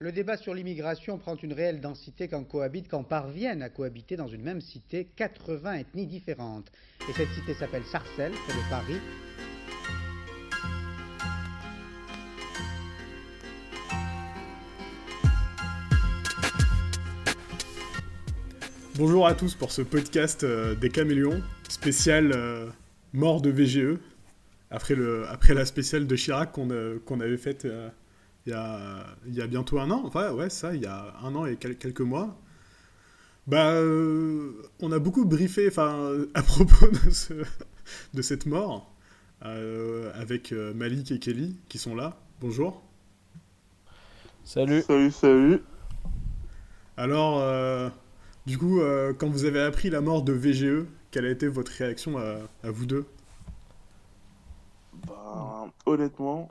Le débat sur l'immigration prend une réelle densité quand parviennent à cohabiter dans une même cité 80 ethnies différentes. Et cette cité s'appelle Sarcelles, près de Paris. Bonjour à tous pour ce podcast des Caméléons, spécial mort de VGE, après la spéciale de Chirac qu'on avait faite il y a bientôt un an, enfin ouais ça, il y a un an et quelques mois. On a beaucoup briefé à propos de cette mort, avec Malik et Kelly qui sont là. Bonjour. Salut. Salut, salut. Alors, du coup, quand vous avez appris la mort de VGE, quelle a été votre réaction à vous deux? Honnêtement,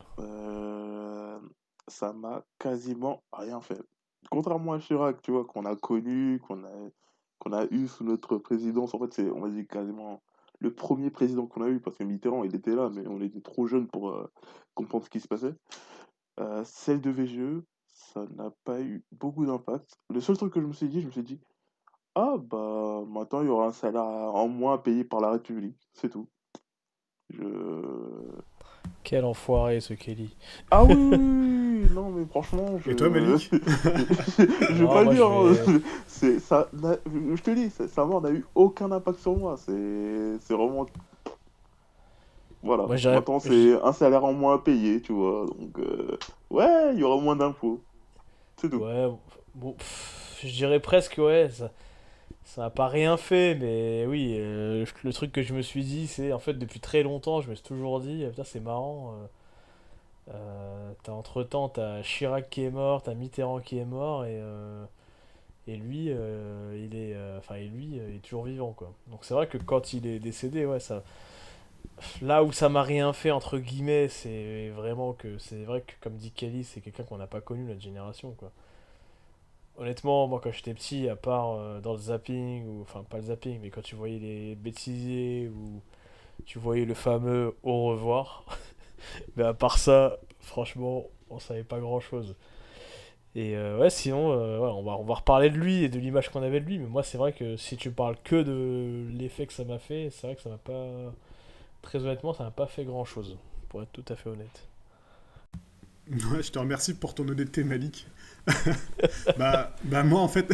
ça m'a quasiment rien fait. Contrairement à Chirac, tu vois, qu'on a connu, qu'on a eu sous notre présidence, en fait, c'est, on va dire, quasiment le premier président qu'on a eu, parce que Mitterrand, il était là, mais on était trop jeunes pour comprendre ce qui se passait. Celle de VGE, ça n'a pas eu beaucoup d'impact. Le seul truc que je me suis dit, ah bah, maintenant, il y aura un salaire en moins payé par la République, c'est tout. Je... Quel enfoiré ce Kelly. Ah oui, oui, oui, oui, non mais franchement, Et toi, Malik? je vais Non, pas le moi dire, je hein. vais. Je te dis, sa mort n'a eu aucun impact sur moi. C'est vraiment, voilà. Moi je dirais. Maintenant c'est un salaire en moins à payer, tu vois. Donc ouais, il y aura moins d'impôts, c'est tout. Ouais, bon, je dirais presque, ouais, ça a pas rien fait, mais oui, le truc que je me suis dit, c'est en fait depuis très longtemps, je me suis toujours dit, putain, c'est marrant. Entre-temps, t'as Chirac qui est mort, t'as Mitterrand qui est mort, et lui, il est toujours vivant, quoi. Donc c'est vrai que quand il est décédé, ouais, ça. Là où ça m'a rien fait, entre guillemets, c'est vrai que, comme dit Kelly, c'est quelqu'un qu'on n'a pas connu, notre génération, quoi. Honnêtement, moi, quand j'étais petit, à part dans le zapping, ou enfin, pas le zapping, mais quand tu voyais les bêtisiers, ou tu voyais le fameux au revoir, mais à part ça, franchement, on savait pas grand-chose. Et ouais, sinon, ouais, on va reparler de lui et de l'image qu'on avait de lui, mais moi, c'est vrai que si tu parles que de l'effet que ça m'a fait, c'est vrai que ça m'a pas. Très honnêtement, ça m'a pas fait grand-chose, pour être tout à fait honnête. Ouais, je te remercie pour ton honnêteté, Malik. Moi, en fait,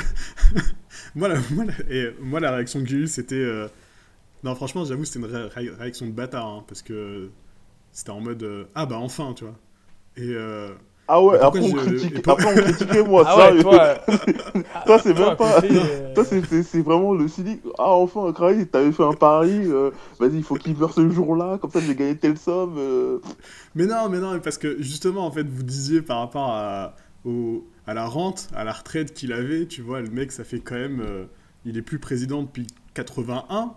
moi, la réaction que j'ai eue, c'était... Non, franchement, j'avoue, c'était une réaction de bâtard, hein, parce que c'était en mode... Ah bah enfin, tu vois. Et, euh, Ah et ouais, pourquoi je... et pour- après on critiquait moi, Ah ouais, sérieux. toi, Toi c'est toi même à pas, côté. toi c'est vraiment le cynique. Ah enfin, Kraï, t'avais fait un pari, vas-y, il faut qu'il meure ce jour-là, comme ça j'ai gagné telle somme. Mais non, parce que justement, en fait, vous disiez par rapport à la rente, à la retraite qu'il avait, tu vois, le mec, ça fait quand même... il est plus président depuis 81.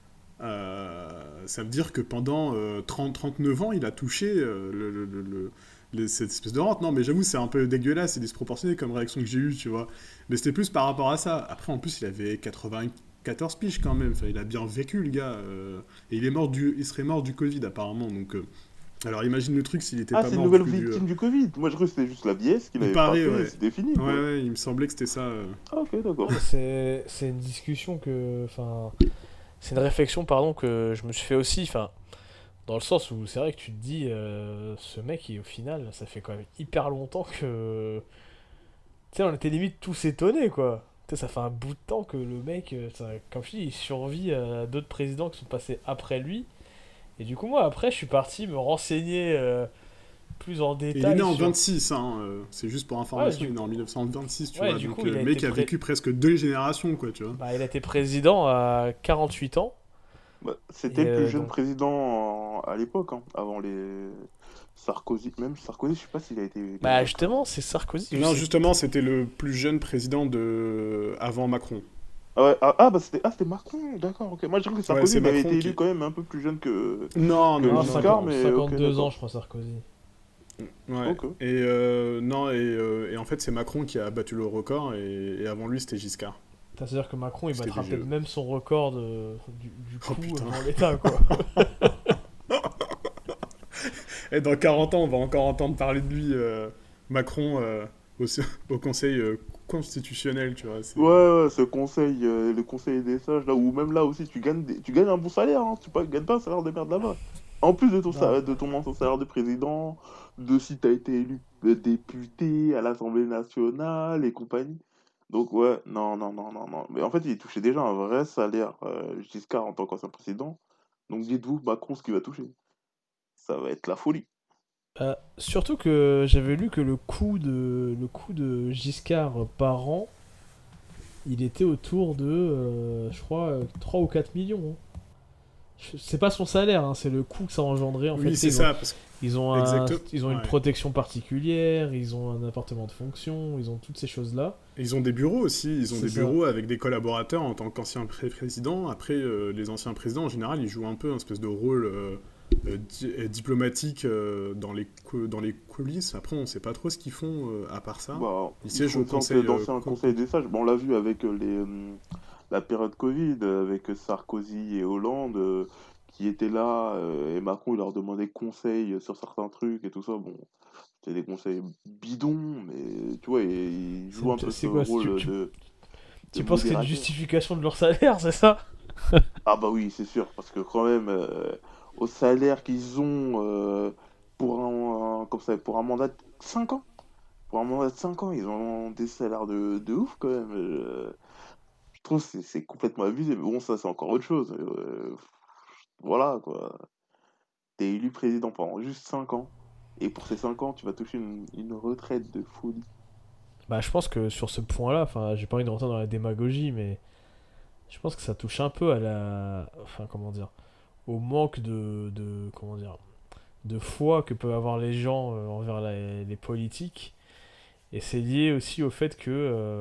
Ça veut dire que pendant 39 ans, il a touché cette espèce de rente. Non, mais j'avoue, c'est un peu dégueulasse, c'est disproportionné comme réaction que j'ai eue, tu vois. Mais c'était plus par rapport à ça. Après, en plus, il avait 94 piges quand même. Enfin, il a bien vécu, le gars. Et il serait mort du Covid, apparemment. Donc, alors, imagine le truc s'il était Ah, pas c'est une mort du nouvelle coup du. victime du Covid. Moi je croyais que c'était juste la vieillesse qu'il Il avait paraît, frappé et ouais. c'était fini Ouais, quoi. ouais, il me semblait que c'était ça. Ah ok, d'accord. Non, mais c'est une discussion que. Enfin, c'est une réflexion, pardon, que je me suis fait aussi. Enfin, dans le sens où c'est vrai que tu te dis, ce mec, au final, ça fait quand même hyper longtemps que. Tu sais, on était limite tous étonnés, quoi. Tu sais, ça fait un bout de temps que le mec, comme je dis, il survit à d'autres présidents qui sont passés après lui. Et du coup, moi, après, je suis parti me renseigner plus en Et il est né détail en sur. 26, hein, c'est juste pour Ouais, information, il est né en 1926, tu ouais, vois. du Donc coup, le mec a vécu presque deux générations, quoi, tu vois. il a été président à 48 ans. Bah, c'était Et le plus jeune donc, président à l'époque, hein, avant les Sarkozy. Même Sarkozy, je sais pas s'il a été élu bah avant. justement, c'est Sarkozy, je Non, sais. justement, c'était le plus jeune président avant Macron. Ah ouais, bah c'était Macron, d'accord, ok. Moi je trouve que Ouais, Sarkozy c'est il avait Macron été élu qui... quand même un peu plus jeune Non, que non, Non, non, non. Giscard, 50, mais ok, 52 ans, d'accord. je crois, Sarkozy. Ouais. Ok. Non, et en fait, c'est Macron qui a battu le record, et avant lui, c'était Giscard. C'est-à-dire que Macron, il C'était battra peut-être VGE. même son record du Oh coup putain. avant l'État, quoi. Et dans 40 ans, on va encore entendre parler de lui, Macron, au, au Conseil constitutionnel, tu vois. Ouais, ce conseil, le conseil des sages, là, où même là aussi, tu gagnes un bon salaire, hein, gagnes pas un salaire de merde là-bas. En plus de Non. de ton ancien salaire de président, de si t'as été élu député à l'Assemblée nationale et compagnie. Donc ouais, non, non, non, non, non. Mais en fait, il touchait déjà un vrai salaire, Giscard, en tant qu'ancien président. Donc dites-vous, Macron, ce qu'il va toucher, ça va être la folie. Surtout que j'avais lu que le coût de Giscard par an, il était autour de, je crois, 3 ou 4 millions, hein. C'est pas son salaire, hein, c'est le coût que ça a engendré. En fait, Oui, tu sais, c'est ça, parce que... ils ont une Ouais. protection particulière, ils ont un appartement de fonction, ils ont toutes ces choses-là. Et ils ont des bureaux aussi, ils ont C'est des ça. bureaux avec des collaborateurs en tant qu'anciens présidents. Après, les anciens présidents, en général, ils jouent un peu un espèce de rôle diplomatique dans les coulisses. Après, on sait pas trop ce qu'ils font à part ça. Bah, Ils ils siègent font au une sorte conseil... d'ancien conseil des sages. Bon, on l'a vu avec la période Covid, avec Sarkozy et Hollande, qui étaient là, et Macron, il leur demandait conseil sur certains trucs et tout ça. Bon, c'était des conseils bidons, mais tu vois, ils jouent un peu ce C'est quoi? rôle de Tu penses que c'est une modérateur. justification de leur salaire, c'est ça? Ah bah oui, c'est sûr, parce que quand même, au salaire qu'ils ont pour comme ça, pour un mandat de 5 ans. Pour un mandat de 5 ans, ils ont des salaires de ouf quand même. Je trouve que c'est complètement abusé. Mais bon, ça, c'est encore autre chose. Voilà, quoi. T'es élu président pendant juste 5 ans. Et pour ces 5 ans, tu vas toucher une retraite de folie. Bah, je pense que sur ce point-là, enfin, j'ai pas envie de rentrer dans la démagogie, mais je pense que ça touche un peu à la. Enfin, comment dire? Au manque comment dire? De foi que peuvent avoir les gens envers les politiques. Et c'est lié aussi au fait que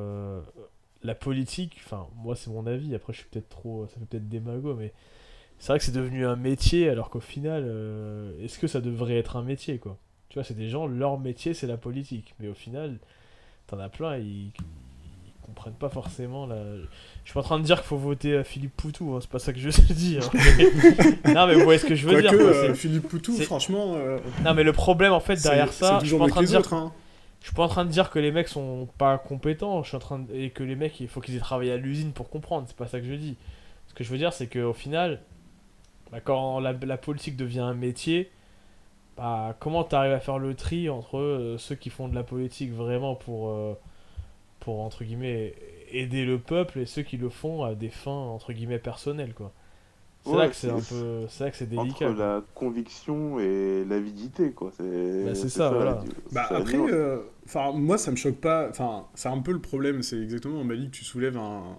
la politique, enfin, moi, c'est mon avis, après, je suis peut-être trop. Ça fait peut-être démago, mais c'est vrai que c'est devenu un métier, alors qu'au final, est-ce que ça devrait être un métier, quoi? Tu vois, c'est des gens, leur métier, c'est la politique. Mais au final, t'en as plein, ils comprennent pas forcément la. Je suis pas en train de dire qu'il faut voter à Philippe Poutou, hein, c'est pas ça que je dis, hein. Non, mais vous voyez ce que je veux Quoique, dire, quoi. Philippe Poutou, C'est- franchement, Non, mais le problème, en fait, derrière c'est ça, du je suis genre pas en mieux train que de les dire. autres, hein. Je suis pas en train de dire que les mecs sont pas compétents, et que les mecs, il faut qu'ils aient travaillé à l'usine pour comprendre, c'est pas ça que je dis. Ce que je veux dire, c'est qu'au final, bah, quand la politique devient un métier, bah, comment t'arrives à faire le tri entre ceux qui font de la politique vraiment pour entre guillemets aider le peuple et ceux qui le font à des fins entre guillemets personnelles, quoi. C'est là Ouais, que c'est là que c'est entre délicat, quoi. la conviction et l'avidité, quoi. Bah c'est C'est ça, ça voilà. Bah c'est la après, nuance. enfin moi ça me choque pas. Enfin c'est un peu le problème, c'est exactement Malik, tu soulèves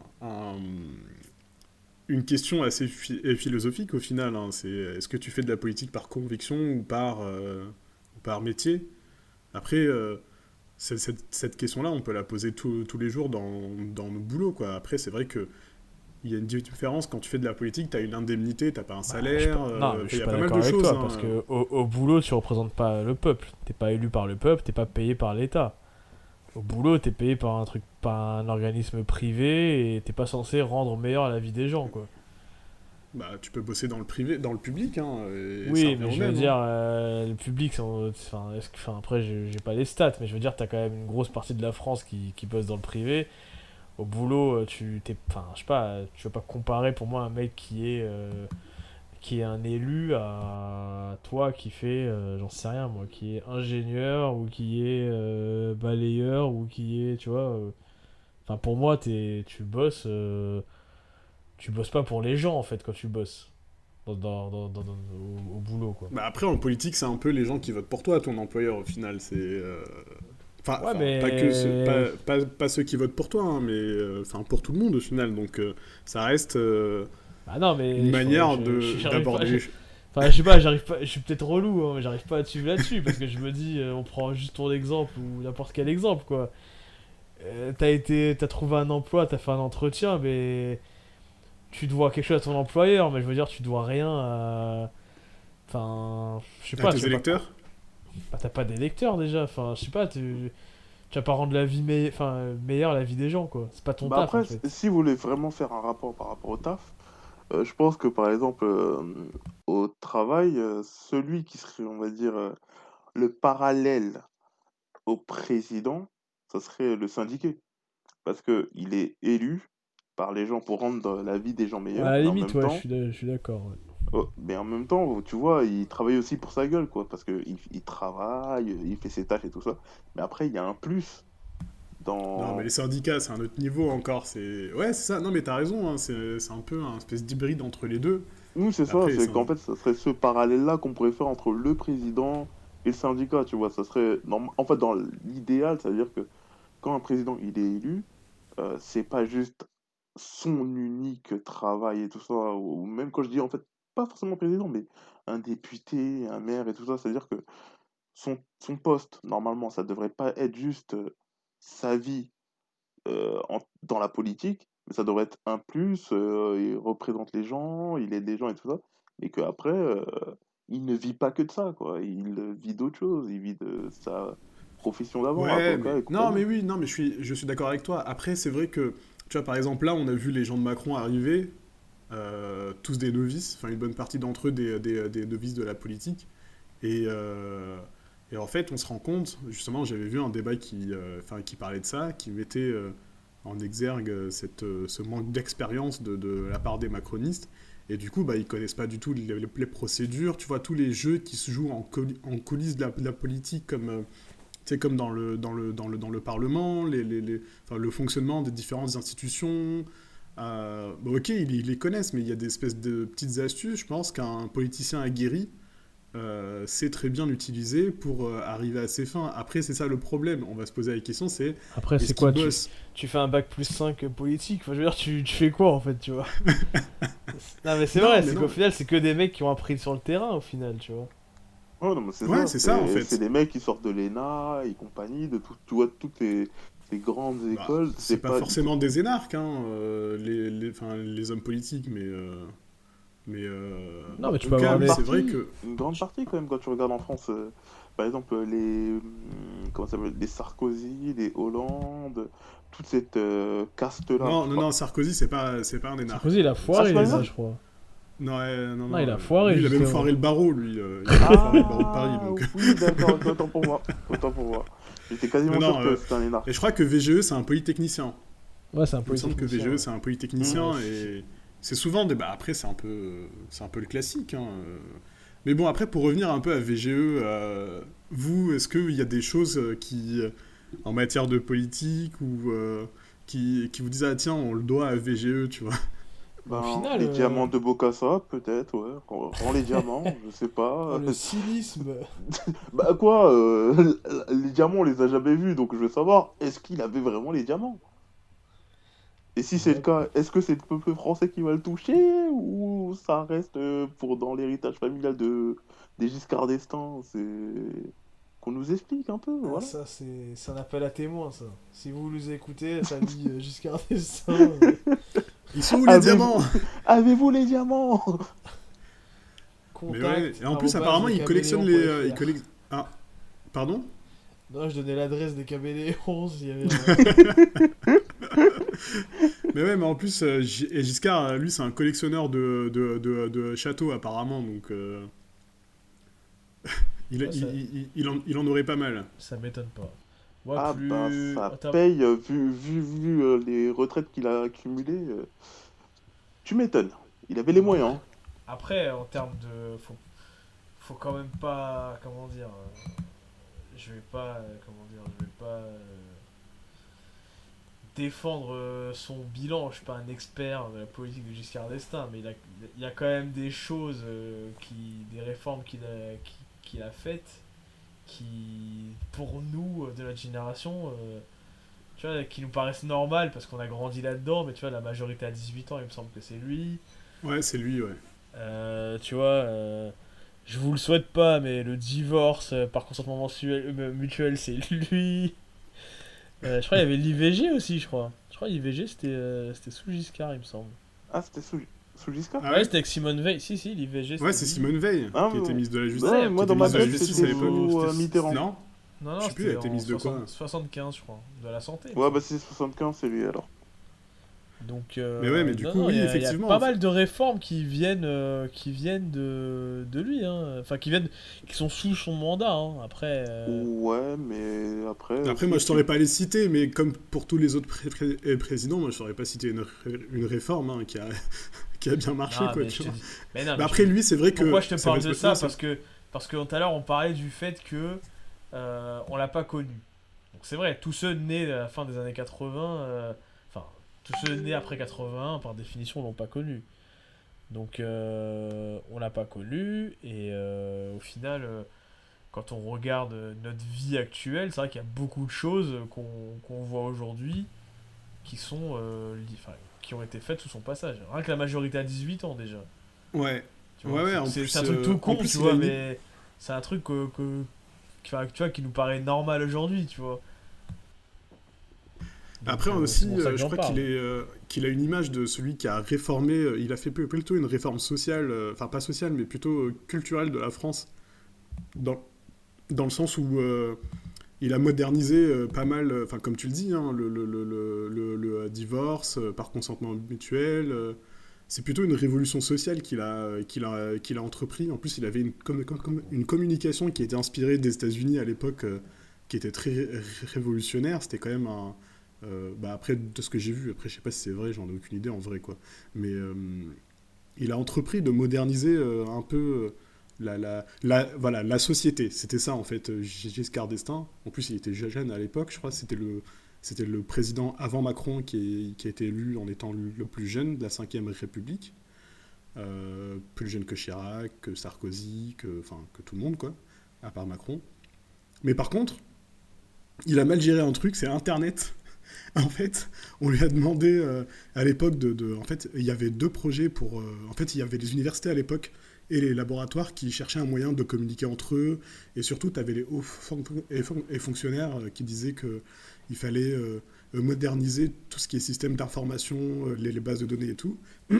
une question assez philosophique au final, hein. C'est est-ce que tu fais de la politique par conviction ou par métier? Après, cette question-là, on peut la poser tous les jours dans nos boulots, quoi. Après, c'est vrai que il y a une différence quand tu fais de la politique, tu as une indemnité, t'as pas un Bah, je suis salaire, pas... Non, mais je il suis y a pas pas mal d'accord de avec choses, toi, hein. parce que au boulot, tu représentes pas le peuple. T'es pas élu par le peuple, t'es pas payé par l'État. Au boulot, t'es payé par un organisme privé, et t'es pas censé rendre meilleure la vie des gens, quoi. Bah, tu peux bosser dans le privé, dans le public, hein, et ça Oui, revient mais au je veux même, hein. dire, le public, enfin, après, j'ai pas les stats, mais je veux dire, t'as quand même une grosse partie de la France qui bosse dans le privé. Au boulot, enfin, je sais pas, tu vas pas comparer pour moi un mec qui est un élu à toi qui fait, j'en sais rien moi, qui est ingénieur ou qui est balayeur ou qui est, tu vois. Enfin, pour moi, tu bosses pas pour les gens en fait quand tu bosses au boulot, quoi. Bah après, en politique, c'est un peu les gens qui votent pour toi, ton employeur, au final. Ouais, Pas que mais. pas ceux qui votent pour toi, hein, mais enfin pour tout le monde au final. Donc ça reste Bah non, une mais manière j'arrive pas. d'aborder les Enfin, je sais pas, j'arrive pas. Je suis peut-être relou, hein, mais j'arrive pas à te suivre là-dessus parce que je me dis, on prend juste ton exemple ou n'importe quel exemple, quoi. T'as trouvé un emploi, t'as fait un entretien, mais tu dois quelque chose à ton employeur, mais je veux dire, tu dois rien à. Enfin, je sais à pas, tes tu vas pas. électeurs. Bah, t'as pas d'électeur déjà, enfin, je sais pas, tu vas pas rendre la vie meilleure la vie des gens, quoi. C'est pas ton Bah taf en après, fait. si vous voulez vraiment faire un rapport par rapport au taf, je pense que par exemple, au travail, celui qui serait, on va dire, le parallèle au président, ça serait le syndiqué. Parce qu'il est élu par les gens pour rendre la vie des gens À meilleure, la mais en limite, même ouais, temps, je suis d'accord. Ouais. mais en même temps, tu vois, il travaille aussi pour sa gueule, quoi, parce qu'il travaille, il fait ses tâches et tout ça. Mais après, il y a un plus Non, mais les dans... syndicats, c'est un autre niveau encore. Ouais, c'est ça. Non, mais t'as raison. Hein, c'est un peu un espèce d'hybride entre les deux. Oui, c'est ça, Après, c'est qu'en fait, ça serait ce parallèle-là qu'on pourrait faire entre le président et le syndicat, tu vois. Ça serait, en fait, dans l'idéal, ça veut dire que quand un président, il est élu, c'est pas juste son unique travail et tout ça, ou même quand je dis, en fait, pas forcément président, mais un député, un maire et tout ça, c'est-à-dire que son poste, normalement, ça devrait pas être juste sa vie dans la politique, mais ça devrait être un plus, il représente les gens, il aide les gens et tout ça, mais qu'après, il ne vit pas que de ça, quoi. Il vit d'autres choses, il vit de sa profession d'avant, ouais, avocat mais et non, mais compagnie. oui, non, mais je suis d'accord avec toi. Après, c'est vrai que, tu vois, par exemple, là, on a vu les gens de Macron arriver, tous des novices, enfin une bonne partie d'entre eux des novices de la politique, et, euh, et en fait, on se rend compte, justement, j'avais vu un débat qui parlait de ça, qui mettait en exergue ce manque d'expérience de la part des macronistes. Et du coup, bah, ils connaissent pas du tout les procédures, tu vois, tous les jeux qui se jouent en coulisses de la politique, comme, tu sais, comme dans le Parlement, enfin, le fonctionnement des différentes institutions. Bon, ok, ils les connaissent, mais il y a des espèces de petites astuces, je pense, qu'un politicien aguerri sait très bien l'utiliser pour arriver à ses fins. Après, c'est ça le problème. On va se poser la question, c'est Après, c'est est-ce qu'il quoi bosse? tu fais un bac plus 5 politique. Enfin, je veux dire, tu fais quoi en fait, tu vois? Non, mais c'est Non, vrai, mais c'est qu'au non. final, c'est que des mecs qui ont appris sur le terrain au final, tu vois. Ouais, non, mais c'est Ouais, ça, c'est ça, en c'est fait. des mecs qui sortent de l'ENA et compagnie, de tout, tu vois, toutes ces grandes Bah, écoles, c'est c'est pas pas... forcément des énarques, hein, enfin, les hommes politiques, mais Non, mais tu en peux tout cas, avoir oui, des. c'est vrai que... Une grande partie quand même quand tu regardes en France, par exemple comment ça s'appelle, les Sarkozy, les Hollande, toute cette caste-là. Non, non, non, Sarkozy, c'est pas un énarque. Sarkozy, il a Ah, foiré c'est pas les les A, arcs? je crois. Non, non, Non, il non. a foiré Lui, il a même justement. foiré le barreau, lui. Il a même foiré le barreau de Paris, Ah donc... oui, d'accord, autant pour moi, autant pour moi. J'étais non, quasiment sûr non. que c'était un énarque. Et je crois que VGE, c'est un polytechnicien. Ouais, c'est un Il me semble que polytechnicien, VGE, ouais. c'est un Hmm. Ouais, polytechnicien, et c'est souvent... Bah, après, c'est un peu le classique, hein. Mais bon, après, pour revenir un peu à VGE, vous, est-ce qu'il y a des choses en matière de politique, ou qui vous disent, ah tiens, on le doit à VGE, tu vois? Bah, au Ben, final, les diamants de Bokassa, peut-être, ouais. Rends les diamants, je sais oh, pas. le cynisme. Bah quoi, les diamants, on les a jamais vus, donc je veux savoir, est-ce qu'il avait vraiment les diamants? Et si c'est le Ouais. cas, est-ce que c'est le peuple français qui va le toucher ou ça reste pour dans l'héritage familial des Giscard d'Estaing? C'est qu'on nous explique un peu, Ah, voilà. ça, c'est un appel à témoins, ça. Si vous nous écoutez, la famille Giscard d'Estaing, Ils sont où les Avez-vous diamants? avez-vous les diamants? Mais ouais, contact, et en plus, arrobase apparemment, ils collectionnent les... lescaméléons.fr. Ah, pardon? Non, je donnais l'adresse des caméléons, s'il y avait... Mais ouais, mais en plus, et Giscard, lui, c'est un collectionneur de châteaux, apparemment, donc Ouais, il en aurait pas mal. ça m'étonne pas. Moi, Ah ben plus... ça en termes- paye, vu les retraites qu'il a accumulées, tu m'étonnes. Il avait les Non, moyens. après, en termes de... Faut quand même pas... Comment dire... je vais pas... comment dire... Je vais pas... défendre son bilan. Je suis pas un expert de la politique de Giscard d'Estaing, mais il y a quand même des choses, des réformes qu'il a faites, qui, pour nous, de notre génération, tu vois, qui nous paraissent normales parce qu'on a grandi là-dedans, mais tu vois, la majorité à 18 ans, il me semble que c'est lui. Ouais, c'est lui, ouais. Tu vois, je vous le souhaite pas, mais le divorce par consentement mutuel, c'est lui. Je crois qu'il y avait l'IVG aussi, je crois. Je crois que l'IVG c'était sous Giscard, il me semble. Ah, c'était sous Giscard? Ah Ouais, ouais? c'était avec Simone Veil. Si, l'IVG Ouais, c'était c'est lui. Simone Veil, Ah, qui était ministre de la Justice. Ouais, moi Qui dans était ma ministre de la tête Justice c'était à l'époque. sous Mitterrand. Non? Non, Je sais plus, c'était elle était en ministre de quoi? 75, je crois. De la santé. Il me Ouais, semble. bah c'est 75, c'est lui alors. Donc, Mais ouais, mais du coup, oui, il y a effectivement. pas mal de réformes qui viennent de lui, hein. Enfin, qui sont sous son mandat, hein. Après, Ouais, mais après Après, aussi, moi, je saurais pas les citer, mais comme pour tous les autres présidents, moi, je saurais pas citer une réforme hein, qui a bien marché, non, quoi, mais tu je te vois. dis, mais non, Mais mais je te après, dis, lui, c'est vrai que... pourquoi je te c'est parle de ça? non, c'est- Parce que tout à l'heure, on parlait du fait que on l'a pas connu. Donc c'est vrai, tous ceux nés à la fin des années 80, enfin, tous ceux nés après 81, par définition, l'ont pas connu. Donc on l'a pas connu, et au final, quand on regarde notre vie actuelle, c'est vrai qu'il y a beaucoup de choses qu'on voit aujourd'hui qui sont, enfin, qui ont été faites sous son passage. Rien que la majorité à 18 ans déjà. Ouais, Tu vois, ouais, ouais, c'est un truc tout en con, plus, tu il a vois, une... mais c'est un truc enfin, tu vois, qui nous paraît normal aujourd'hui, tu vois. Donc Après c'est aussi, pour ça que je j'en crois parle. qu'il a une image de celui qui a réformé, il a fait plutôt une réforme sociale, enfin pas sociale, mais plutôt culturelle de la France, dans, dans le sens où il a modernisé pas mal, enfin comme tu le dis, hein, le divorce par consentement mutuel. C'est plutôt une révolution sociale qu'il a entrepris. En plus, il avait une communication qui était inspirée des États-Unis à l'époque, qui était très révolutionnaire. C'était quand même un... bah après, de ce que j'ai vu, après je sais pas si c'est vrai, j'en ai aucune idée en vrai, quoi. Mais il a entrepris de moderniser un peu voilà, la société. C'était ça, en fait, Giscard d'Estaing. En plus, il était jeune à l'époque, je crois. C'était le président avant Macron qui a été élu en étant le plus jeune de la 5ème République. Plus jeune que Chirac, que Sarkozy, que tout le monde, quoi, à part Macron. Mais par contre, il a mal géré un truc, c'est Internet. En fait, on lui a demandé à l'époque en fait, il y avait deux projets pour... en fait, il y avait les universités à l'époque et les laboratoires qui cherchaient un moyen de communiquer entre eux. Et surtout, tu avais les hauts fonctionnaires qui disaient qu'il fallait moderniser tout ce qui est système d'information, les bases de données et tout.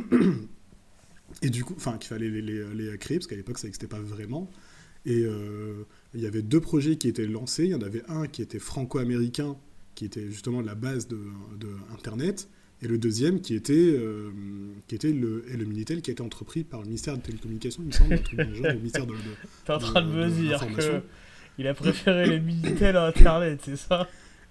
Et du coup, enfin, qu'il fallait les créer, parce qu'à l'époque, ça n'existait pas vraiment. Et il y avait deux projets qui étaient lancés. Il y en avait un qui était franco-américain, qui était justement la base de Internet, et le deuxième qui était le Minitel, qui a été entrepris par le ministère des Télécommunications, il me semble, un truc dans le genre, au ministère T'es en train de me dire l'information. il a préféré les Minitel à Internet, c'est ça?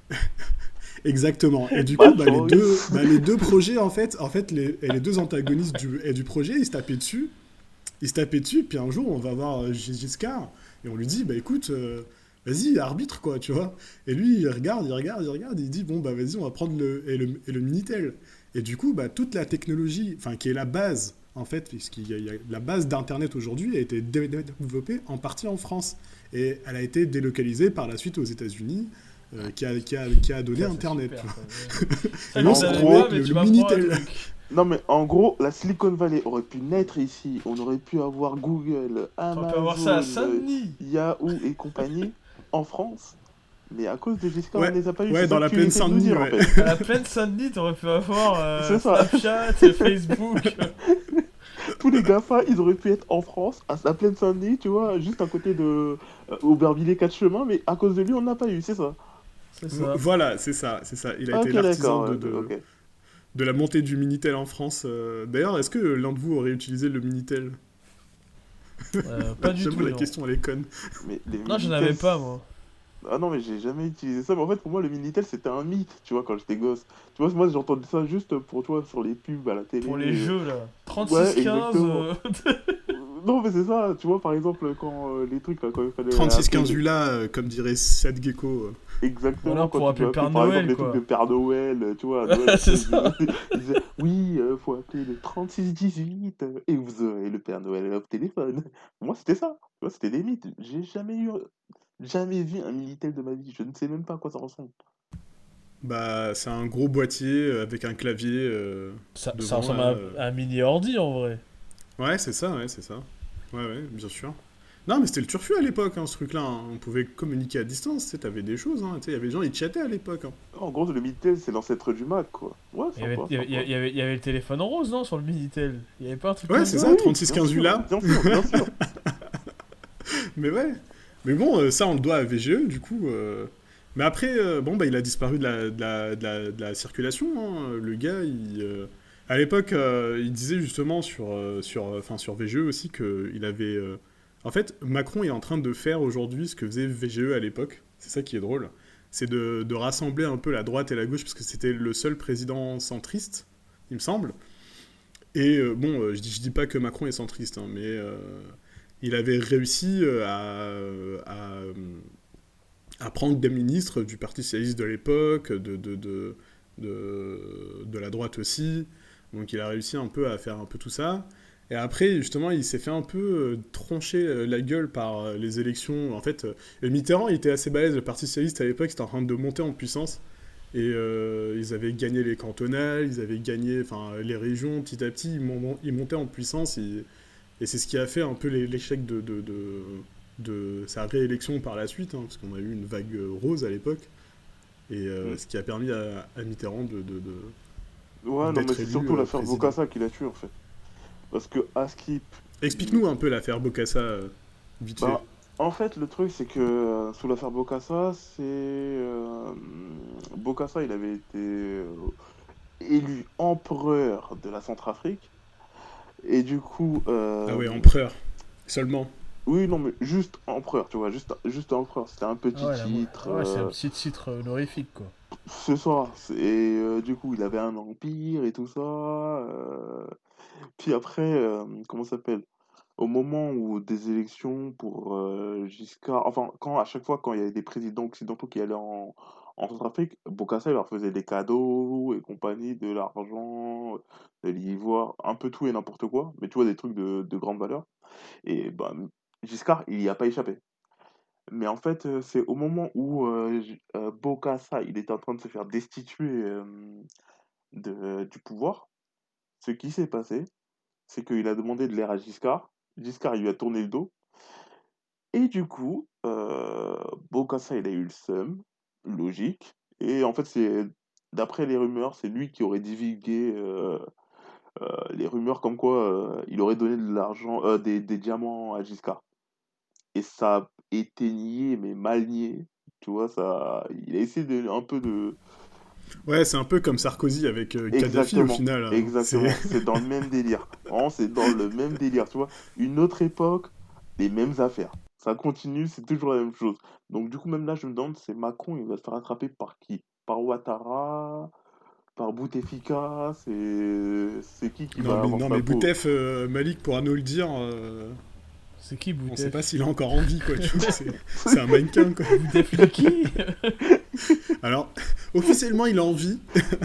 Exactement. Et du Pas coup, trop, les deux projets, en fait les deux antagonistes du projet, ils se tapaient dessus. Puis un jour, on va voir Giscard, et on lui dit, bah écoute, vas-y, arbitre, quoi, tu vois. Et lui, il regarde, il dit, bon, bah vas-y, on va prendre le Minitel. Et du coup, bah, toute la technologie, enfin, qui est la base, en fait, puisqu'il y a la base d'Internet aujourd'hui, a été développée en partie en France. Et elle a été délocalisée par la suite aux États-Unis, qui a donné Ça, c'est Internet. super, Tu vois. ça, Et je on En se savais retrouvait pas, avec mais tu le m'apprends un Minitel. truc. Non, mais en gros, la Silicon Valley aurait pu naître ici. On aurait pu avoir Google, T'aurais pu avoir ça à Amazon, Saint-Denis. Yahoo et compagnie en France. Mais à cause de Giscard, on Ouais, les a pas eu. ouais, C'est dans ça que la tu plaine essaies de nous Saint-Denis, dire, en ouais. fait. À la plaine Saint-Denis, t'aurais pu avoir C'est ça. Snapchat, Facebook. Tous les GAFA, ils auraient pu être en France, à la plaine Saint-Denis, tu vois, juste à côté de Aubervilliers 4 chemins. Mais à cause de lui, on n'a pas eu, c'est ça. C'est ça. Voilà, c'est ça. Il a été Ok, l'artisan d'accord. Ok. de la montée du Minitel en France. D'ailleurs, est-ce que l'un de vous aurait utilisé le Minitel? Pas du J'avoue, tout, la non. question, elle est conne. Mais les Non, j'en Minitel, avais pas, moi. ah non, mais j'ai jamais utilisé ça. Mais en fait, pour moi, le Minitel, c'était un mythe, tu vois, quand j'étais gosse. Tu vois, moi, j'entendais ça juste pour toi, sur les pubs à la télé. Pour les jeux, là. Ouais, 36-15. exactement. Non, mais c'est ça, tu vois, par exemple, quand les trucs, là, quand il fallait 36-15 appeler... ULA, comme dirait Seth Gecko. Exactement, Voilà, quand pour tu dois appeler appeler, Père par exemple, Noël, les trucs quoi. de Père Noël, tu vois, à Noël, Ouais, c'est il ça. disait, oui, faut appeler le 3618, et vous aurez le Père Noël au téléphone. Pour moi, c'était ça, tu vois, c'était des mythes. J'ai jamais vu un Minitel de ma vie, je ne sais même pas à quoi ça ressemble. Bah, c'est un gros boîtier avec un clavier Ça devant, ressemble là. à un mini ordi, en vrai. Ouais, c'est ça, ouais, c'est ça. Ouais, bien sûr. Non, mais c'était le turfu à l'époque, hein, ce truc-là. Hein. On pouvait communiquer à distance, tu sais, t'avais des choses. Hein. Tu sais, il y avait des gens, ils chattaient à l'époque. Hein. En gros, le Minitel, c'est l'ancêtre du Mac, quoi. Ouais, Il y avait, sympa, il y avait, sympa. il y avait le téléphone en rose, non, sur le Minitel. Il y avait pas un truc Ouais, comme c'est ça? ça, Oui, 36-15 bien ULA. sûr, bien sûr. Mais ouais. Mais bon, ça, on le doit à VGE, du coup. Mais après, bon, bah, il a disparu de la circulation, hein. Le gars, à l'époque, il disait justement sur VGE aussi qu'il avait... En fait, Macron est en train de faire aujourd'hui ce que faisait VGE à l'époque. C'est ça qui est drôle. C'est de rassembler un peu la droite et la gauche, parce que c'était le seul président centriste, il me semble. Et bon, je dis pas que Macron est centriste, hein, mais il avait réussi à prendre des ministres du Parti socialiste de l'époque, de la droite aussi. Donc il a réussi un peu à faire un peu tout ça. Et après, justement, il s'est fait un peu troncher la gueule par les élections. En fait, Mitterrand, il était assez balèze. Le Parti socialiste, à l'époque, c'était en train de monter en puissance. Et ils avaient gagné les cantonales, ils avaient gagné les régions petit à petit. Ils montaient en puissance. Et c'est ce qui a fait un peu l'échec de sa réélection par la suite, hein, parce qu'on a eu une vague rose à l'époque. Et ce qui a permis à Mitterrand Ouais, non, mais d'être c'est élu surtout l'affaire président. Bokassa qui l'a tué, en fait. Parce que Askip... Explique-nous un peu l'affaire Bokassa, vite fait. Bah, en fait, le truc, c'est que sous l'affaire Bokassa, Bokassa, il avait été élu empereur de la Centrafrique. Et du coup... Ah ouais, empereur, seulement. Oui, non, mais juste empereur, tu vois, juste empereur. C'était un petit Ah ouais, titre. ouais, c'est un petit titre honorifique, quoi. C'est ça. Et du coup, il avait un empire et tout ça. Puis après, comment ça s'appelle? Au moment où des élections pour Giscard, enfin, à chaque fois quand il y avait des présidents occidentaux qui allaient en Centrafrique, Bokassa il leur faisait des cadeaux et compagnie, de l'argent, de l'ivoire, un peu tout et n'importe quoi, mais tu vois, des trucs de grande valeur. Et bah, Giscard, il n'y a pas échappé. Mais en fait, c'est au moment où Bokassa il était en train de se faire destituer du pouvoir, ce qui s'est passé, c'est qu'il a demandé de l'air à Giscard. Giscard, il lui a tourné le dos. Et du coup, Bokassa, il a eu le seum, logique. Et en fait, d'après les rumeurs, c'est lui qui aurait divulgué les rumeurs comme quoi il aurait donné de l'argent, des diamants à Giscard. Et ça a été nié, mais mal nié. Tu vois, il a essayé un peu de... Ouais, c'est un peu comme Sarkozy avec Kadhafi au Exactement, final, hein. exactement. C'est dans le même délire. Vraiment, c'est dans le même délire, tu vois. Une autre époque, les mêmes affaires. Ça continue, c'est toujours la même chose. Donc du coup, même là, je me demande, c'est Macron, il va se faire attraper par qui? Par Ouattara? Par Bouteflika? C'est qui va avoir Non, sa mais peau? Boutef, Malik pourra nous le dire. C'est qui On sait Boutef? pas s'il a encore envie, quoi. Tu vois, c'est un mannequin, quoi. Boutef de qui? Alors, officiellement, il a envie.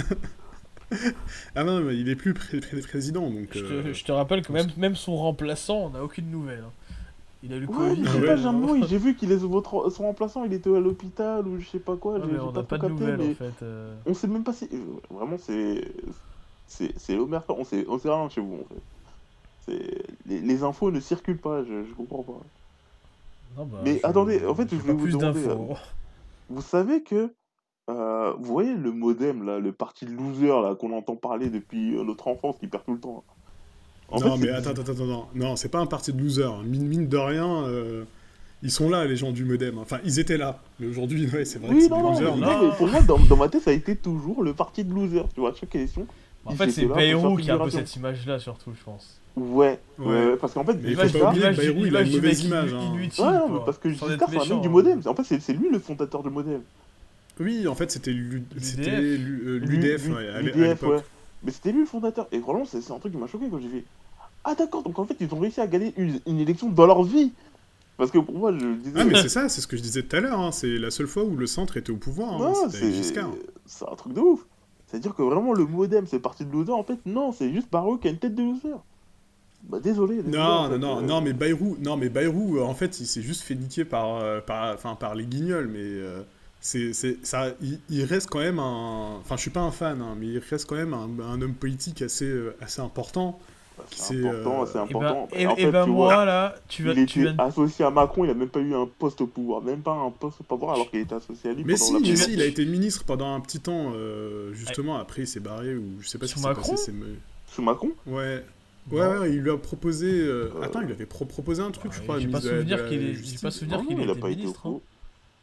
Ah non, mais il est plus président, donc... Je te rappelle que même son remplaçant, on n'a aucune nouvelle, hein. Il a eu le Ouais, Covid. mais je sais ouais. pas, j'ai vu son remplaçant, il était à l'hôpital ou je sais pas quoi, Ouais, mais j'ai on pas n'a trop pas de capté, nouvelles, en mais fait. on sait même pas si... Vraiment, c'est l'omerta, on sait rien chez vous, en fait. Les infos ne circulent pas, je comprends pas. Non, bah, Mais attendez, en fait, je j'ai voulais pas vous plus demander, d'infos. vous savez que, vous voyez le modem, là, le parti de loser, là, qu'on entend parler depuis notre enfance, qui perd tout le temps, là. En fait, Non, mais attends, non, c'est pas un parti de losers, hein. Mine de rien, ils sont là, les gens du Modem. Enfin, ils étaient là. Mais aujourd'hui, ouais, c'est vrai que Oui, c'est non, des non, losers, mais... non, mais pour moi, dans ma tête, ça a été toujours le parti de loser, tu vois, à chaque élection, En ils fait, c'est étaient là pour faire Bayrou qui a un peu figuration. cette image-là, surtout, je pense. Ouais, Ouais. parce qu'en fait, Mais il faut pas Giscard... oublier que Bayrou, il a une du mauvaise mec image, hein. inutile, Ouais, non, mais quoi. parce que Sans Giscard, être c'est un mec méchant, du hein. modem. En fait, c'est lui le fondateur du modem. Oui, en fait, c'était L'UDF. l'UDF ouais, à L'UDF, l'époque. ouais. Mais c'était lui le fondateur. Et vraiment, c'est un truc qui m'a choqué quand j'ai fait. Ah d'accord, donc en fait, ils ont réussi à gagner une élection dans leur vie. Parce que pour moi, je disais... Ah, mais c'est ça, c'est ce que je disais tout à l'heure, hein. C'est la seule fois où le centre était au pouvoir, hein. Non, C'était avec Giscard. c'est un truc de ouf. C'est-à-dire que vraiment, le modem, c'est parti de loser. En fait, non, c'est juste Barreau qui a une tête de loser. Bah désolé, en Non, fait. non, mais Bayrou, en fait, il s'est juste fait niquer par les guignols, mais ça, il reste quand même un... Enfin, je suis pas un fan, hein, mais il reste quand même un homme politique assez important. Bah, Qui c'est s'est, important, c'est Et ben, important. En fait, ben tu moi, vois, là, il tu était viens de... associé à Macron, il a même pas eu un poste au pouvoir. Même pas un poste au pouvoir alors qu'il était associé à lui Mais pendant la si, présidence. il a été ministre pendant un petit temps, justement, après il s'est barré, ou je sais pas ce Sous qui s'est Macron passé. Sous Macron? Ouais. Non. Ouais, il lui a proposé... Attends, il lui avait proposé un truc, je crois, J'ai pas ministre de souvenir la J'ai Justice. pas souvenir Non, qu'il il a était pas été au ministre, hein. pouvoir.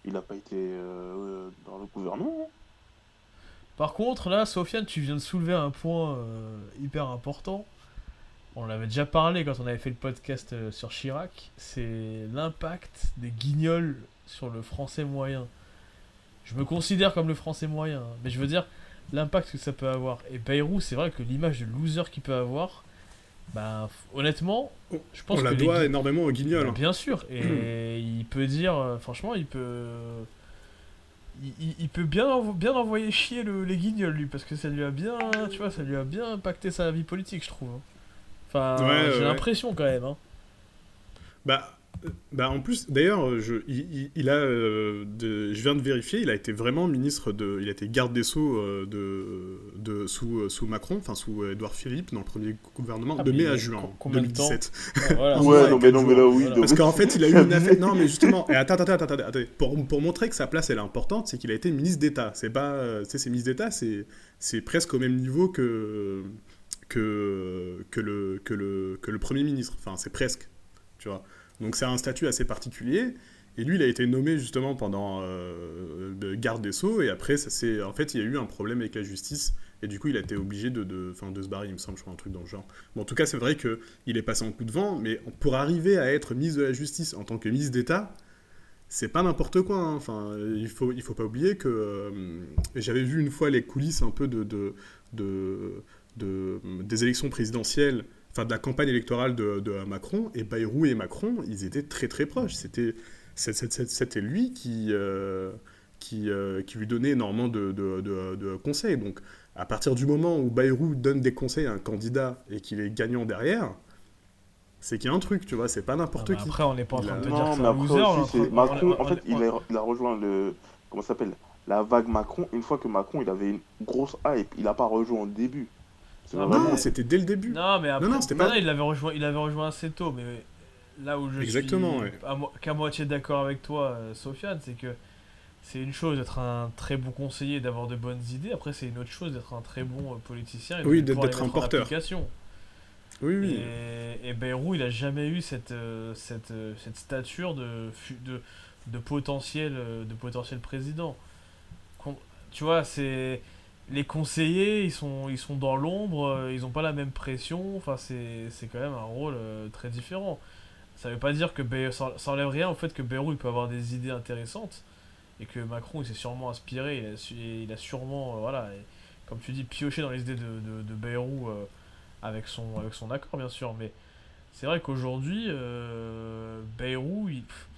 il n'a pas été dans le gouvernement. Par contre, là, Sofiane, tu viens de soulever un point hyper important. On l'avait déjà parlé quand on avait fait le podcast sur Chirac. C'est l'impact des guignols sur le français moyen. Je me considère comme le français moyen, hein, mais je veux dire l'impact que ça peut avoir. Et Bayrou, c'est vrai que l'image de loser qu'il peut avoir, bah, honnêtement, je pense On la que doit énormément aux guignols. bah, bien sûr. Et il peut dire, franchement, il peut. Il peut bien envoyer chier les guignols, lui, parce que ça lui a bien, tu vois, ça lui a bien impacté sa vie politique, je trouve, hein. Enfin, Ouais, j'ai ouais. l'impression quand même, hein. Bah, en plus, d'ailleurs, il a, je viens de vérifier, il a été vraiment il a été garde des Sceaux sous Macron, enfin sous Édouard Philippe, dans le premier gouvernement, Ah, de mais mai à juin combien de temps 2017. Ouais, voilà, Ouais, Ouais, c'est non, ça. mais non, mais là, oui. Voilà. non, Parce mais- qu'en fait, il a eu une affaire. Non, mais justement, et attends, pour montrer que sa place elle est importante, c'est qu'il a été ministre d'État. C'est pas, tu sais, c'est ministre d'État, c'est presque au même niveau que le Premier ministre. Enfin, c'est presque, tu vois. Donc c'est un statut assez particulier. Et lui, il a été nommé justement pendant garde des Sceaux. Et après, en fait, il y a eu un problème avec la justice. Et du coup, il a été obligé de se barrer, il me semble, je crois, un truc dans le genre. Bon, en tout cas, c'est vrai qu'il est passé en coup de vent. Mais pour arriver à être ministre de la Justice en tant que ministre d'État, c'est pas n'importe quoi, hein. Enfin, il faut pas oublier que j'avais vu une fois les coulisses un peu des élections présidentielles, enfin de la campagne électorale de Macron, et Bayrou et Macron, ils étaient très très proches. C'était lui qui lui donnait énormément de conseils. Donc, à partir du moment où Bayrou donne des conseils à un candidat et qu'il est gagnant derrière, c'est qu'il y a un truc, tu vois, c'est pas Ah, n'importe bah qui. après, on n'est pas en train de te dire que Non, c'est mais un après loser. aussi, c'est Macron, en fait, on- il a rejoint comment ça s'appelle? La vague Macron, une fois que Macron, il avait une grosse hype, il a pas rejoint au début. C'est Ah, vraiment... Non, c'était dès le début. Non, mais après, Non, c'était pas- il l'avait rejoint assez tôt, mais là où je Exactement, suis ouais. qu'à moitié d'accord avec toi, Sofiane, c'est que c'est une chose d'être un très bon conseiller, d'avoir de bonnes idées. Après, c'est une autre chose d'être un très bon politicien et de Oui, pouvoir les d'être un mettre en porteur. application. Oui, oui. Et Bayrou, il a jamais eu cette stature de potentiel président. Tu vois, c'est les conseillers, ils sont dans l'ombre, ils ont pas la même pression. Enfin, c'est quand même un rôle très différent. Ça veut pas dire que ça enlève rien au fait que Bayrou il peut avoir des idées intéressantes et que Macron il s'est sûrement inspiré, il a sûrement voilà, comme tu dis, pioché dans les idées de Bayrou avec son accord bien sûr, mais c'est vrai qu'aujourd'hui Bayrou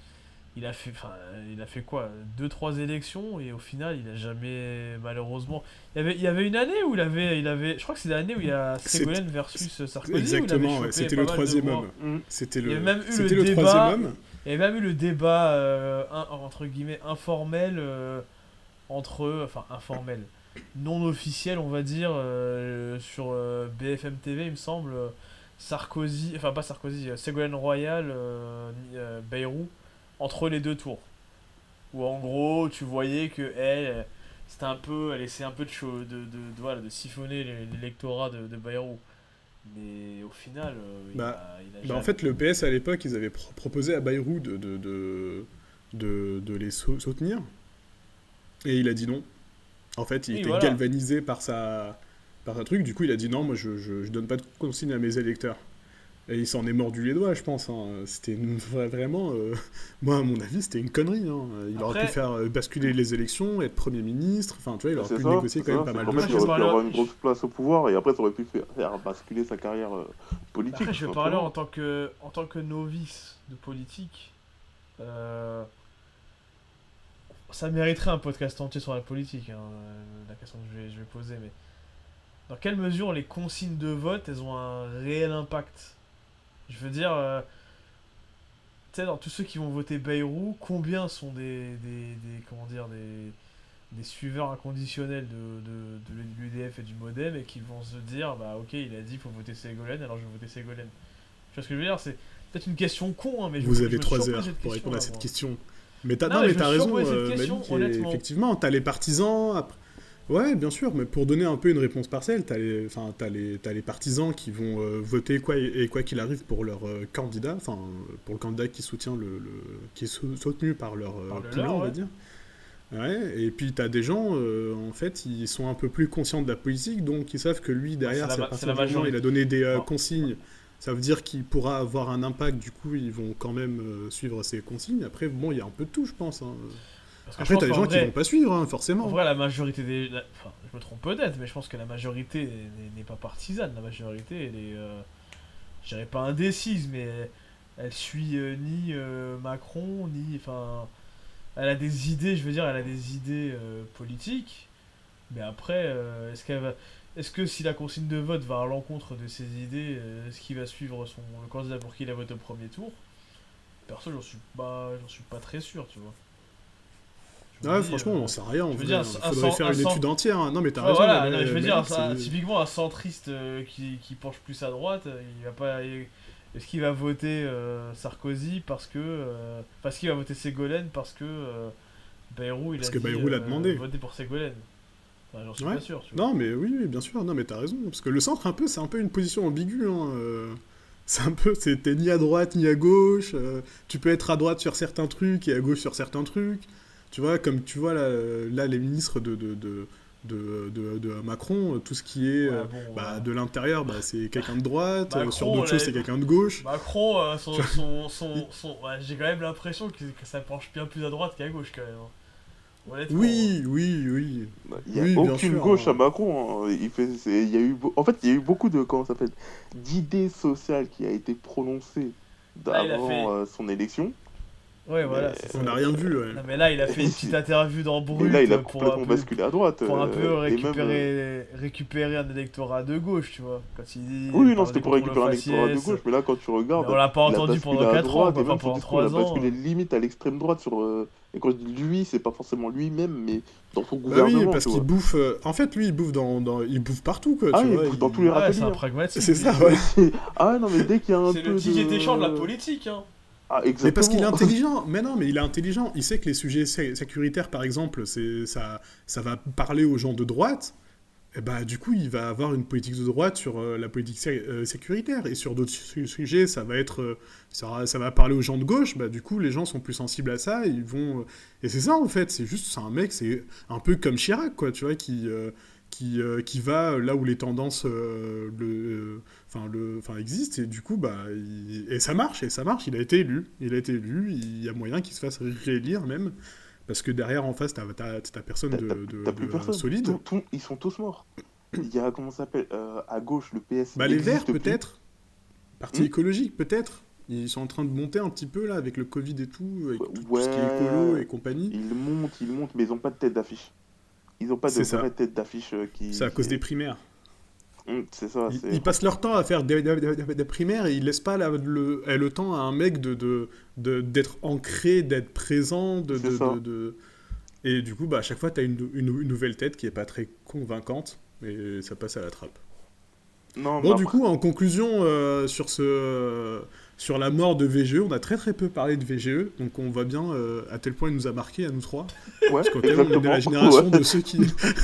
il a fait quoi, deux trois élections et au final il a jamais malheureusement il y avait une année où il avait je crois que c'est l'année où il y a Ségolène versus Sarkozy où il avait Exactement, ouais, chopé c'était pas le mal de troisième voix. homme. Mhm. C'était Il y avait le, même eu c'était le le débat. troisième homme. Il y avait même eu le débat entre guillemets informel entre eux, enfin informel, non officiel on va dire, sur BFM TV il me semble, Sarkozy, enfin pas Sarkozy, Ségolène Royal, Bayrou, entre les deux tours. Où en gros tu voyais que c'était un peu, elle essayait un peu voilà, de siphonner l'électorat de Bayrou. Mais au final, il a En jamais... fait, le PS à l'époque, ils avaient proposé à Bayrou de les soutenir. Et il a dit non. En fait, il Oui, était voilà. galvanisé par sa truc. Du coup, il a dit non, moi je donne pas de consigne à mes électeurs. Et il s'en est mordu les doigts, je pense, hein. C'était vraiment. Moi, à mon avis, c'était une connerie, hein. Il aurait Après- pu faire basculer les élections, être Premier ministre. Enfin, tu vois, il aurait C'est pu ça, négocier c'est quand même ça. pas mal En de fait, Après, il je choses. aurait pu parle- avoir une grosse place au pouvoir et après, ça aurait pu faire basculer sa carrière politique. Après, je vais tout parler simplement. en tant que novice de politique. Ça mériterait un podcast entier sur la politique, hein, la question que je vais poser. Mais dans quelle mesure les consignes de vote, elles ont un réel impact? Je veux dire, tu sais, dans tous ceux qui vont voter Bayrou, combien sont comment dire, des suiveurs inconditionnels de l'UDF et du Modem et qui vont se dire, bah ok, il a dit qu'il faut voter Ségolène, alors je vais voter Ségolène. Tu vois ce que je veux dire? C'est peut-être une question con, hein, mais Vous je avez me 3 suis heures posé pour répondre à cette moi. question. Mais t'as Non, mais je me t'as suis raison, posé cette question, Malik, honnêtement. effectivement, t'as les partisans. Ouais, bien sûr, mais pour donner un peu une réponse partielle, t'as les partisans qui vont voter quoi qu'il arrive pour leur candidat, enfin pour le candidat qui soutient qui est soutenu par leur Par le client, leur, on va ouais. dire. Ouais, et puis t'as des gens, en fait, ils sont un peu plus conscients de la politique, donc ils savent que lui, Bah, derrière, si à c'est partir la du moment où il a majorité. donné des Bon, consignes, ça veut dire qu'il pourra avoir un impact, du coup, ils vont quand même suivre ses consignes. Après, bon, il y a un peu de tout, je pense, hein. parce que je Après, t'as pense des qu'en gens qui vont vrai, pas suivre, hein, en forcément. vrai, la majorité enfin, je me trompe peut-être, mais je pense que la majorité n'est pas partisane. La majorité, elle est, je dirais pas indécise, mais elle suit ni Macron, ni, enfin, elle a des idées, je veux dire, elle a des idées politiques, mais après, est-ce que si la consigne de vote va à l'encontre de ses idées, est-ce qu'il va suivre le candidat pour qui il a voté au premier tour? Perso, j'en suis pas très sûr, tu vois. Je me Ouais, dis, franchement, on sait rien, en je veux vrai, dire, hein. Il faudrait faire un une cent- étude entière, hein. Non, mais t'as ouais, raison, là, voilà, non, je veux dire, Malik, c'est... typiquement un centriste qui penche plus à droite, il va pas. Est-ce qu'il va voter Sarkozy parce qu'il va voter Ségolène parce que Bayrou il Parce a que dit Bayrou l'a demandé. voter pour Ségolène. Enfin, j'en suis Ouais. pas sûr, tu vois. Non, mais oui, oui, bien sûr. Non, mais t'as raison. Parce que le centre, un peu, c'est un peu une position ambiguë, hein. C'est un peu... T'es ni à droite, ni à gauche. Tu peux être à droite sur certains trucs et à gauche sur certains trucs. Tu vois, comme tu vois, là les ministres de Macron, tout ce qui est Ouais, bon. de l'intérieur, c'est quelqu'un de droite. Sur Macron, d'autres choses, c'est quelqu'un de gauche. Macron, Tu vois. ouais, j'ai quand même l'impression que ça penche bien plus à droite qu'à gauche, quand même, hein. Honnêtement, hein. Oui, oui, oui. Bah, il n'y a Oui, bien aucune sûr, gauche à hein. Macron, hein. Il y a eu, en fait, il y a eu beaucoup de, comment ça s'appelle, d'idées sociales qui a été prononcées Là, il a avant fait. son élection, Ouais, mais, voilà, c'est On ça. n'a rien vu, ouais. Non, mais là, il a fait une petite interview dans et là, il Brut a complètement basculé à droite. pour un peu Et même, récupérer un électorat de gauche, tu vois. Quand il oui, non, parle c'était des pour contrôles au récupérer un électorat de faciès. gauche, mais là, quand tu Mais on regardes, l'a pas il a entendu basculé pendant à 4 ans, droite, quoi. et Enfin, même son pendant discours, il a 3 ans. basculé limite à l'extrême droite et quand je dis lui, c'est pas forcément lui-même, mais dans son Bah oui, gouvernement, parce tu qu'il vois. bouffe. En fait, lui, il bouffe il bouffe partout, quoi, Ah, tu il vois. bouffe dans tous les Ah ouais, c'est râteliers, un hein. pragmatique, C'est lui. ça, ouais. Ah, non, mais dès qu'il y a un C'est le peu Didier Deschamps de la de... politique, hein. Ah, Mais parce qu'il est exactement. intelligent. Mais non, mais il est intelligent. Il sait que les sujets sécuritaires, par exemple, ça va parler aux gens de droite. Et bah, du coup, il va avoir une politique de droite sur la politique sécuritaire. Et sur d'autres sujets, ça va être, ça va parler aux gens de gauche. Bah, du coup, les gens sont plus sensibles à ça. Et ils vont. Et c'est ça, en fait. C'est un mec, c'est un peu comme Chirac, quoi, tu vois, qui va là où les tendances existent. Et du coup, et ça marche, et ça marche. Il a été élu. Il a été élu. Il y a moyen qu'il se fasse réélire, même. Parce que derrière, en face, t'as personne T'as plus de personne. solide. Ils sont tous morts. Il y a, comment ça s'appelle, à gauche, le PS Bah, les Verts, n'existe plus. peut-être. Parti Hmm. écologique, peut-être. Ils sont en train de monter un petit peu, là, avec le Covid et tout, avec tout ce qui est écolo Ouais, et compagnie. ils montent, mais ils ont pas de tête d'affiche. Ils ont pas de C'est ça. vraie tête d'affiche C'est à cause des primaires. C'est ça, Ils passent leur temps à faire des primaires et ils laissent pas le temps à un mec d'être ancré, d'être présent, C'est ça. Et du coup, à chaque fois, t'as une nouvelle tête qui est pas très convaincante, mais ça passe à la trappe. Non, mais Bon, du après, coup, en conclusion, sur la mort de VGE, on a très très peu parlé de VGE, donc on voit bien à tel point il nous a marqué à nous trois. ouais, Parce qu'en fait, on est de exactement. la génération Ouais. de ceux qui.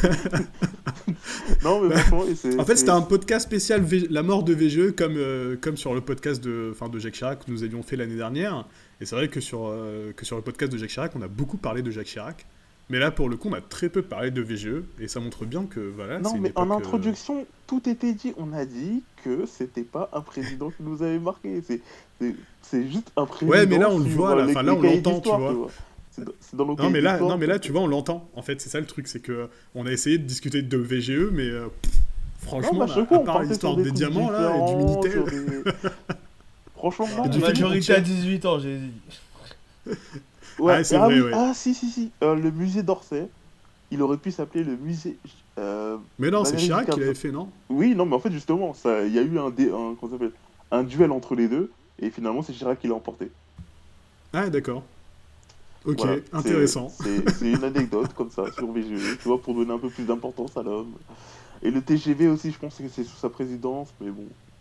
Non, mais Bah, franchement, en fait, c'était un podcast spécial la mort de VGE, comme sur le podcast de Jacques Chirac que nous avions fait l'année dernière. Et c'est vrai que sur le podcast de Jacques Chirac, on a beaucoup parlé de Jacques Chirac. Mais là, pour le coup, on a très peu parlé de VGE. Et ça montre bien que voilà, Non, c'est une mais en époque. introduction, tout était dit. On a dit que c'était pas un président qui nous avait marqué. C'est juste un Ouais, mais là, président on le sur voit, là, les enfin, là, on cahiers l'entend, tu d'histoire, vois. C'est dans nos Non, cahiers d'histoire. non, mais là, tu vois, on l'entend. En fait, c'est ça le truc, c'est que on a essayé de discuter de VGE, mais Non, franchement, mais à chaque fois, à on part partait l'histoire sur des des trucs diamants là et du différents, Minitel. sur des... Franchement, Ouais, non, Et la du mais... film majorité entier. à 18 ans, j'ai dit. Ouais, Ah, c'est ah vrai, oui, ouais. ah si. Le musée d'Orsay, il aurait pu s'appeler le musée... Mais non, c'est Valéry Chirac qui Giscard l'avait d'Estaing. fait, non? Oui, non, mais en fait, justement, il y a eu comment ça s'appelle, un duel entre les deux, et finalement, c'est Chirac qui l'a emporté. Ah, d'accord. Ok, Voilà, intéressant. c'est une anecdote comme ça sur VGE, tu vois, pour donner un peu plus d'importance à l'homme. Et le TGV aussi, je pense que c'est sous sa présidence, mais bon.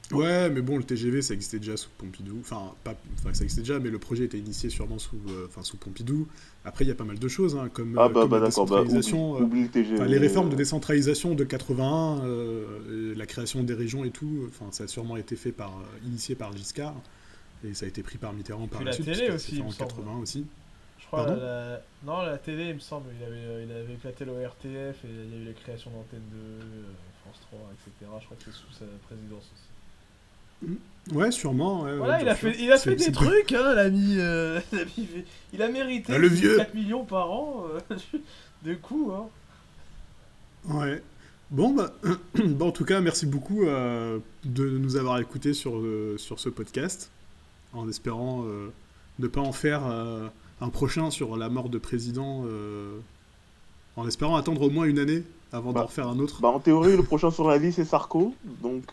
Ouais, mais bon, le TGV, ça existait déjà sous Pompidou. Enfin, ça existait déjà, mais le projet était initié sûrement sous Pompidou. Après, il y a pas mal de choses, hein, Ah comme la d'accord, bah décentralisation. oublie le Enfin, les TGV. réformes de décentralisation de 81, et la création des régions et tout, enfin, ça a sûrement été fait initié par Giscard, et ça a été pris par Mitterrand par Puis la la suite, télé puisque ça s'est aussi, fait il me en semble. 80 aussi. Je crois Pardon? non, la télé, il me semble, il avait éclaté l'ORTF et il y a eu la création d'Antenne 2, France 3, etc. Je crois que c'est sous sa présidence aussi. Ouais, sûrement. Ouais, Voilà, ouais, bien sûr. il a fait des trucs, hein, l'ami. Il a mérité Ah, le vieux. 4 millions par an de coups, hein. Ouais. Bon, bah, bon, en tout cas, merci beaucoup de nous avoir écoutés sur ce podcast, en espérant ne pas en faire un prochain sur la mort de président, en espérant attendre au moins une année avant d'en Bah, refaire un autre. bah en théorie, le prochain sur la liste, c'est Sarko. Donc,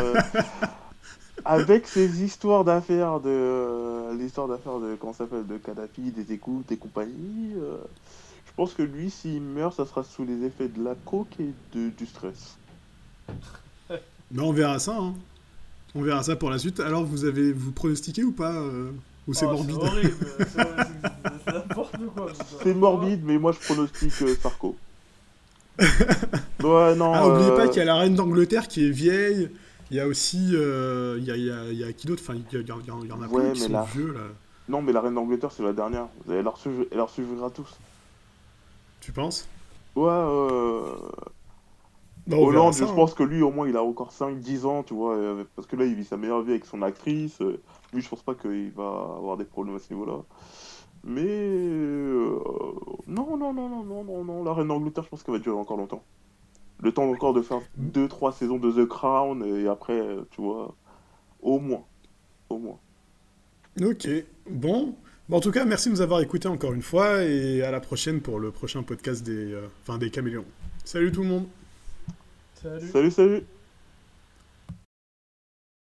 avec ces histoires d'affaires comment ça s'appelle, de Kadhafi, des écoutes et compagnie, je pense que lui, s'il meurt, ça sera sous les effets de la coke et du stress. Mais on verra ça, hein. On verra ça pour la suite. Alors, vous pronostiquez ou pas ou c'est Oh, morbide? c'est horrible, c'est n'importe quoi. C'est morbide, mais moi je pronostique Sarko. Ouais, non, Ah, oubliez pas qu'il y a la reine d'Angleterre qui est vieille. Il y a aussi. Il y a qui d'autre? Enfin, il y en a plein ouais, qui mais sont là. vieux, là. Non, mais la reine d'Angleterre, c'est la dernière. Elle leur suffira tous. Tu penses? Ouais, Bah, on verra Hollande, ça, je hein. pense que lui, au moins, il a encore 5 10 ans, tu vois, parce que là, il vit sa meilleure vie avec son actrice. Lui, je pense pas qu'il va avoir des problèmes à ce niveau-là. Mais non, non, non, non, non, non, non, la reine d'Angleterre, je pense qu'elle va durer encore longtemps. Le temps encore de faire 2 3 saisons de The Crown, et après, tu vois, au moins, au moins. Ok. Bon. Bon, en tout cas, merci de nous avoir écoutés encore une fois. Et à la prochaine pour le prochain podcast des Caméléons. Salut tout le monde! Salut. Salut, salut!